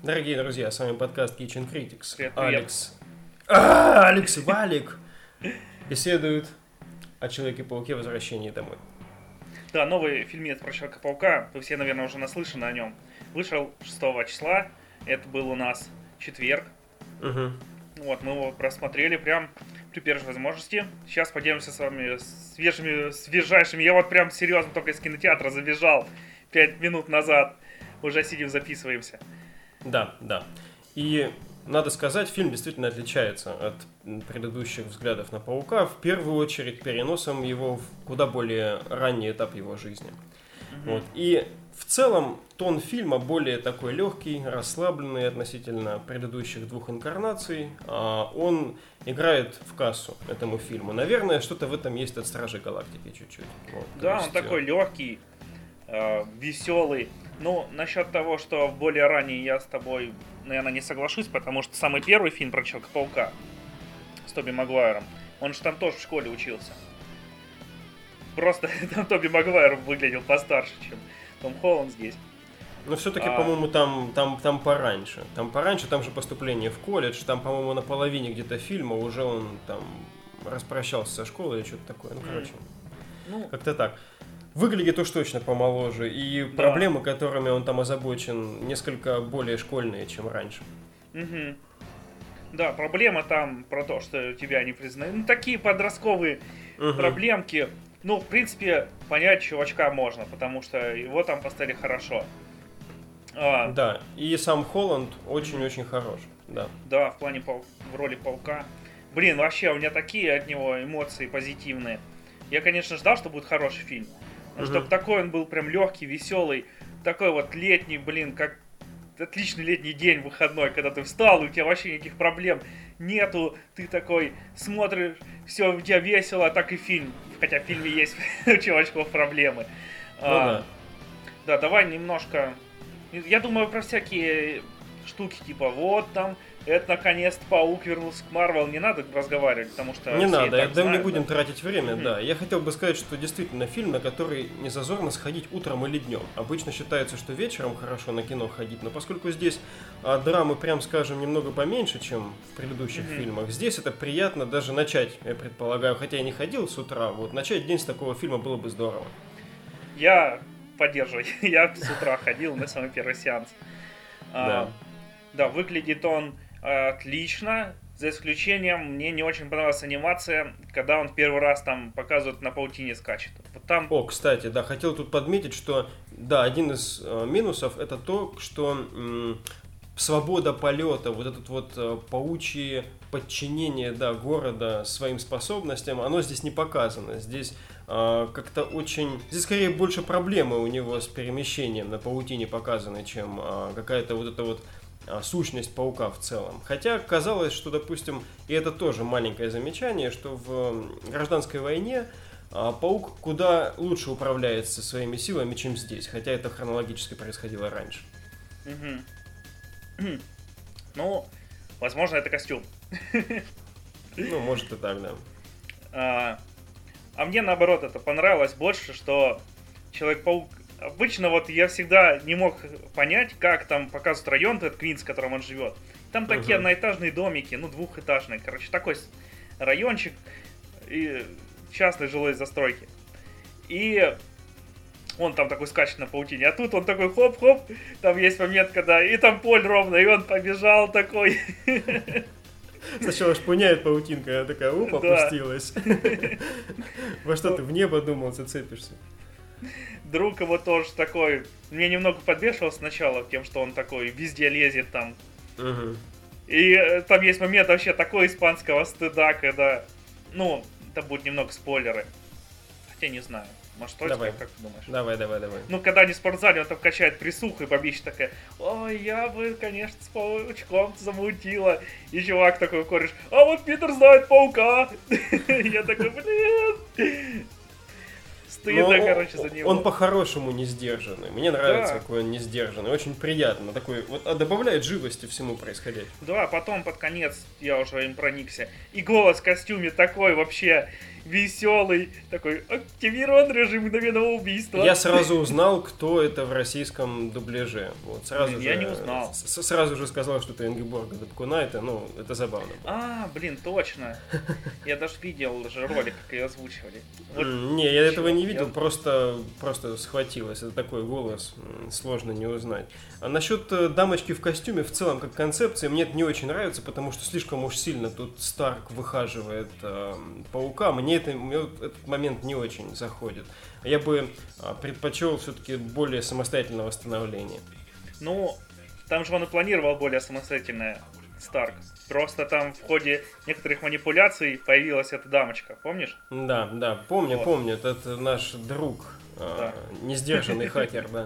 Дорогие друзья, с вами подкаст Kitchen Critics. Привет, Алекс и Валик беседуют о Человеке-пауке «Возвращении домой». Да, новый фильмец про Человека-паука. Вы все, наверное, уже наслышаны о нем. Вышел 6 числа. Это был у нас четверг. Угу. Вот, мы его просмотрели прям при первой возможности. Сейчас поделимся с вами свежайшими. Я вот прям серьезно только из кинотеатра забежал 5 минут назад. Уже сидим, записываемся. Да. И надо сказать, фильм действительно отличается от предыдущих взглядов на Паука, в первую очередь переносом его в куда более ранний этап его жизни. Вот. И в целом тон фильма более такой легкий, расслабленный относительно предыдущих двух инкарнаций. Он играет в кассу этому фильму. Наверное, что-то в этом есть от «Стражей Галактики» чуть-чуть. Вот, да, он такой легкий, веселый. Ну, насчет того, что более ранее я с тобой, наверное, не соглашусь, потому что самый первый фильм про Человека-паука с Тоби Магуайром, он же там тоже в школе учился. Просто там Тоби Магуайр выглядел постарше, чем Том Холланд здесь. Но все-таки, по-моему, там пораньше. Там же поступление в колледж, там, по-моему, на половине где-то фильма уже он там распрощался со школой или что-то такое. Ну, короче, как-то так. Выглядит уж точно помоложе, и да. Проблемы, которыми он там озабочен, несколько более школьные, чем раньше. Угу. Да, проблема там про то, что тебя не признают. Ну, такие подростковые проблемки. Ну, в принципе, понять чувачка можно, потому что его там поставили хорошо. Да, и сам Холланд очень-очень хорош. Да, в плане в роли Паука. Блин, вообще, у меня такие от него эмоции позитивные. Я, конечно, ждал, что будет хороший фильм. Чтобы такой он был прям легкий, веселый, такой вот летний, как отличный летний день выходной, когда ты встал, и у тебя вообще никаких проблем нету, ты такой смотришь, все у тебя весело, так и фильм, хотя в фильме есть у чувачков проблемы. Да, давай немножко, я думаю про всякие штуки, типа вот там, это наконец-то Паук вернулся к Марвел, не надо разговаривать, потому что... Не надо, не будем тратить время, да. Я хотел бы сказать, что действительно фильм, на который не зазорно сходить утром или днем. Обычно считается, что вечером хорошо на кино ходить, но поскольку здесь драмы, прям скажем, немного поменьше, чем в предыдущих фильмах, здесь это приятно даже начать, я предполагаю, хотя я не ходил с утра, вот начать день с такого фильма было бы здорово. Я поддерживаю, я с утра ходил на самый первый сеанс. Да, выглядит он отлично, за исключением, мне не очень понравилась анимация, когда он первый раз там показывает на паутине скачет. Вот там... О, кстати, да, хотел тут подметить, что, да, один из минусов это то, что свобода полета, вот этот вот паучье подчинение, да, города своим способностям, оно здесь не показано. Здесь как-то очень... Здесь скорее больше проблемы у него с перемещением на паутине показаны, чем какая-то вот эта вот сущность паука в целом. Хотя казалось, что, допустим, и это тоже маленькое замечание, что в гражданской войне паук куда лучше управляется своими силами, чем здесь. Хотя это хронологически происходило раньше. Ну, возможно, это костюм. Ну, может и так, да. А мне, наоборот, это понравилось больше, что Человек-паук... Обычно вот я всегда не мог понять, как там показывают район, этот Квинс, в котором он живет. Там такие одноэтажные домики, двухэтажные. Короче, такой райончик и частной жилой застройки. И он там такой скачет на паутине. А тут он такой хоп-хоп, там есть момент, когда и там поле ровно, и он побежал такой. Сначала шпуняет паутинка, она такая, опустилась. Во что ты в небо думал, зацепишься? Друг его тоже такой, мне немного подбешивал сначала тем, что он такой везде лезет там. И там есть момент вообще такой испанского стыда, когда, это будут немного спойлеры. Хотя не знаю, может точно, как ты думаешь? Давай. Когда они в спортзале, он там качает присуху, и бабища такая, ой, я бы, конечно, с паучком замутила. И чувак такой кореш, а вот Питер знает паука. Я такой, блин. Стыдно, короче, за него. Он по-хорошему не сдержанный. Мне нравится, какой он не сдержанный. Очень приятно. Такой, вот, добавляет живости всему происходящему. Да, потом под конец я уже им проникся. И голос в костюме такой вообще. веселый, такой, активирован режим мгновенного убийства. Я сразу узнал, кто это в российском дубляже. Вот, сразу я же, не узнал. Сразу же сказал, что это Ингеборга Дапкунайте, ну, это забавно. Блин, точно. Я даже видел же ролик, как ее озвучивали. Вот. Не, я этого не видел, просто схватилось. Это такой голос, сложно не узнать. А насчет дамочки в костюме, в целом, как концепция, мне это не очень нравится, потому что слишком уж сильно тут Старк выхаживает Паука. Мне этот момент не очень заходит. Я бы предпочел все-таки более самостоятельного становления. Ну, там же он и планировал более самостоятельное Старк. Просто там в ходе некоторых манипуляций появилась эта дамочка, помнишь? Да, помню. Это наш друг, несдержанный хакер, да.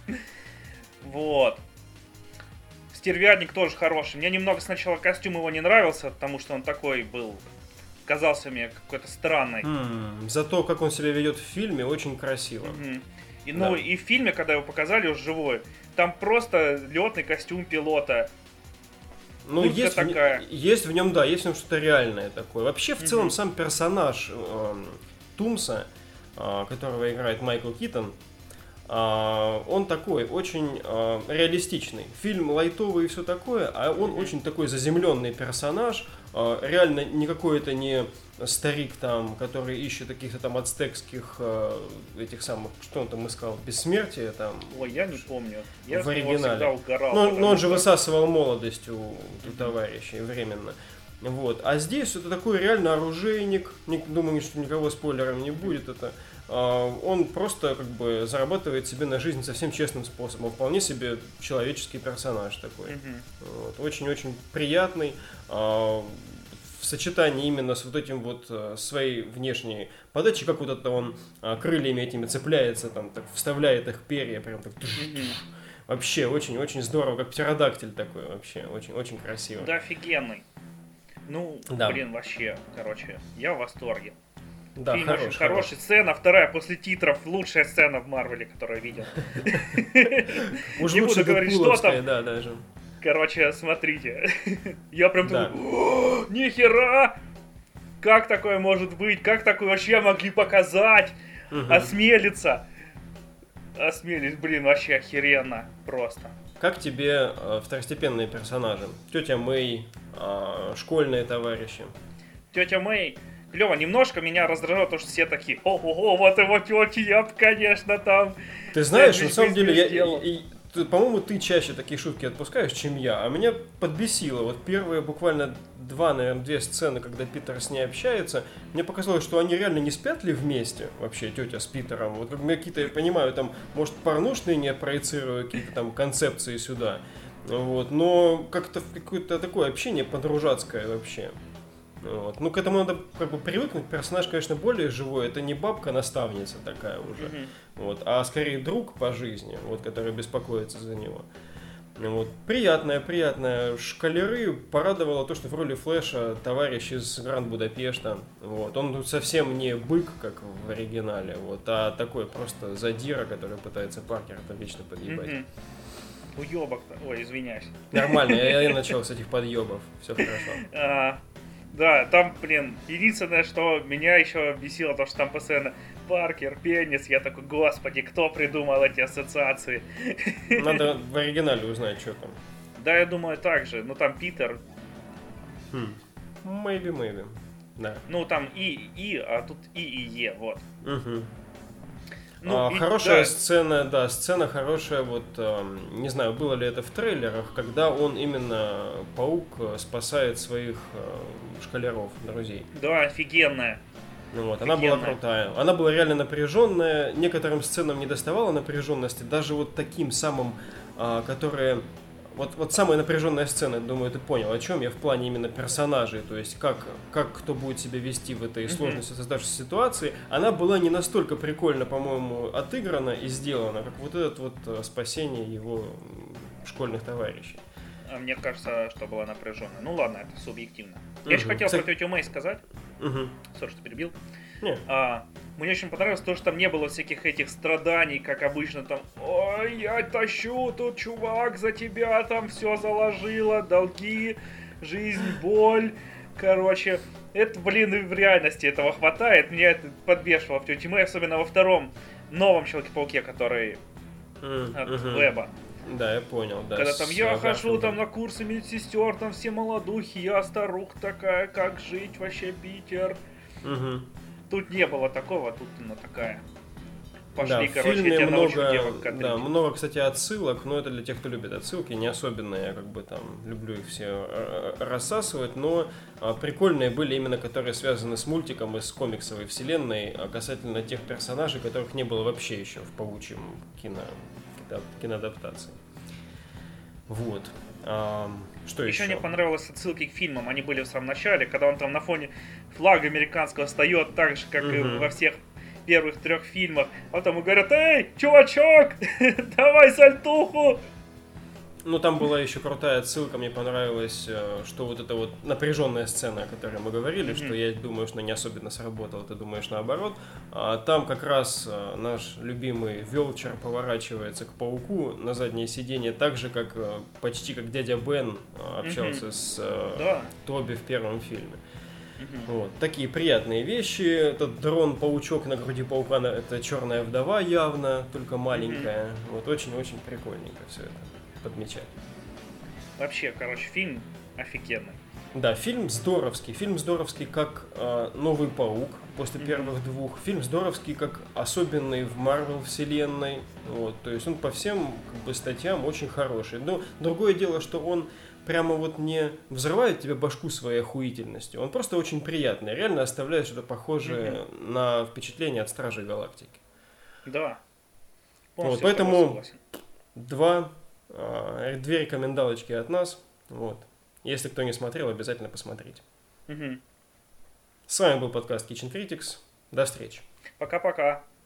Вот. Стервятник тоже хороший. Мне немного сначала костюм его не нравился, потому что он такой был, казался мне какой-то странный. Зато как он себя ведет в фильме, очень красиво. И в фильме, когда его показали уже живой, там просто летный костюм пилота. Ну, есть в нем что-то реальное такое. Вообще, в целом, сам персонаж Тумса, которого играет Майкл Китон, он такой очень реалистичный. Фильм лайтовый и все такое, а он очень такой заземленный персонаж. Реально никакой это не старик там, который ищет каких-то там ацтекских этих самых, что он там искал, бессмертие там. Ой, я не помню. Я в оригинале. Всегда угорал. Но он же высасывал молодость у товарищей временно. Вот. А здесь это такой реально оружейник. Думаю, что никого спойлером не будет. Он просто как бы зарабатывает себе на жизнь совсем честным способом. Вполне себе человеческий персонаж такой. Вот. Очень-очень приятный. В сочетании именно с вот этим вот своей внешней подачей, как вот это он крыльями этими цепляется, там, так вставляет их перья, прям так. Вообще очень-очень здорово, как птеродактиль такой вообще. Очень-очень красиво. Да, офигенный. Ну, да. Блин, вообще, короче, я в восторге. Да, фильм очень хороший. Сцена вторая после титров. Лучшая сцена в Марвеле, которую я видел. Уж лучше Дэдпуловская, да, даже. Короче, смотрите. Я прям такой, нихера! Как такое может быть? Как такое вообще могли показать? Осмелиться. Осмелись, блин, вообще охеренно. Просто. Как тебе второстепенные персонажи? Тетя Мэй, школьные товарищи. Тетя Мэй. Клево, немножко меня раздражало то, что все такие, ого, вот его тети, я бы, конечно, там... Ты знаешь, на самом деле, по-моему, ты чаще такие шутки отпускаешь, чем я, а меня подбесило. Вот первые буквально две сцены, когда Питер с ней общается, мне показалось, что они реально не спят ли вместе, вообще, тетя с Питером. Вот как какие-то, я понимаю, там, может, порнушные не проецирую какие-то там концепции сюда, вот, но как-то какое-то такое общение подружацкое вообще. Вот. Ну, к этому надо как бы привыкнуть. Персонаж, конечно, более живой. Это не бабка-наставница такая уже, вот, а скорее друг по жизни, вот, который беспокоится за него. Вот. Приятная. Шкалеры порадовало то, что в роли Флэша товарищ из Гранд Будапешта. Вот. Он тут совсем не бык, как в оригинале, вот, а такой просто задира, который пытается Паркера там вечно подъебать. Уёбок-то. Ой, извиняюсь. Нормально, я начал с этих подъебов. Все хорошо. Да, там, блин, единственное, что меня еще бесило, то, что там постоянно Паркер, пенис. Я такой, господи, кто придумал эти ассоциации? Надо в оригинале узнать, что там. Да, я думаю, так же. Ну, там Питер. Maybe. Да. Ну, там а тут и Е, вот. Хорошая сцена хорошая, вот, не знаю, было ли это в трейлерах, когда он именно, Паук, спасает своих школяров, друзей. Да, офигенная. Вот, она была крутая. Она была реально напряженная, некоторым сценам не доставала напряженности, даже вот таким самым, которые... Вот самая напряженная сцена, думаю, ты понял, о чем я в плане именно персонажей, то есть как кто будет себя вести в этой сложности создавшейся ситуации, она была не настолько прикольно, по-моему, отыграна и сделана, как вот это вот спасение его школьных товарищей. Мне кажется, что была напряженная. Ну ладно, это субъективно. Я еще хотел про тетю Мэй сказать. Сори, что перебил. Мне очень понравилось то, что там не было всяких этих страданий, как обычно там, ой, я тащу, тут чувак за тебя там все заложило, долги, жизнь, боль, Короче, это, блин, и в реальности этого хватает. Меня это подбешивало в Тёте Мэй, особенно во втором новом Человеке-пауке, который от Веба. Да, я понял, да. Когда там я хожу там на курсы медсестер, там все молодухи, я старуха такая, как жить вообще, Питер. Тут не было такого, тут именно такая. Пошли, да, короче, в фильме я тебя научу много, девок кадрить. да, много, кстати, отсылок, но это для тех, кто любит отсылки, не особенно я как бы там люблю их все рассасывать, но прикольные были именно, которые связаны с мультиком и с комиксовой вселенной, касательно тех персонажей, которых не было вообще еще в паучьем киноадаптации. Вот. Что еще? Еще мне понравилось отсылки к фильмам, они были в самом начале, когда он там на фоне флага американского встает так же, как и во всех первых 3 фильмах. А потом ему говорят: эй, чувачок, давай сальтуху. Ну, там была еще крутая отсылка, мне понравилось, что вот эта вот напряженная сцена, о которой мы говорили, что я думаю, что не особенно сработала, ты думаешь наоборот. Там как раз наш любимый Велчер поворачивается к пауку на заднее сиденье, так же, как почти как дядя Бен общался с Тоби в первом фильме. Вот. Такие приятные вещи. Этот дрон-паучок на груди паука, это черная вдова явно, только маленькая. Вот очень-очень прикольненько все это подмечать. Вообще, короче, фильм офигенный. Да, фильм здоровский. Фильм здоровский как Новый паук после первых 2. Фильм здоровский как особенный в Марвел вселенной. Вот, то есть он по всем как бы статьям очень хороший. Но другое дело, что он прямо вот не взрывает тебе башку своей охуительностью. Он просто очень приятный. Реально оставляет что-то похожее на впечатление от Стражей Галактики. Да. Вот, поэтому 2 рекомендалочки от нас. Вот. Если кто не смотрел, обязательно посмотрите. С вами был подкаст Kitchen Critics. До встречи. Пока-пока.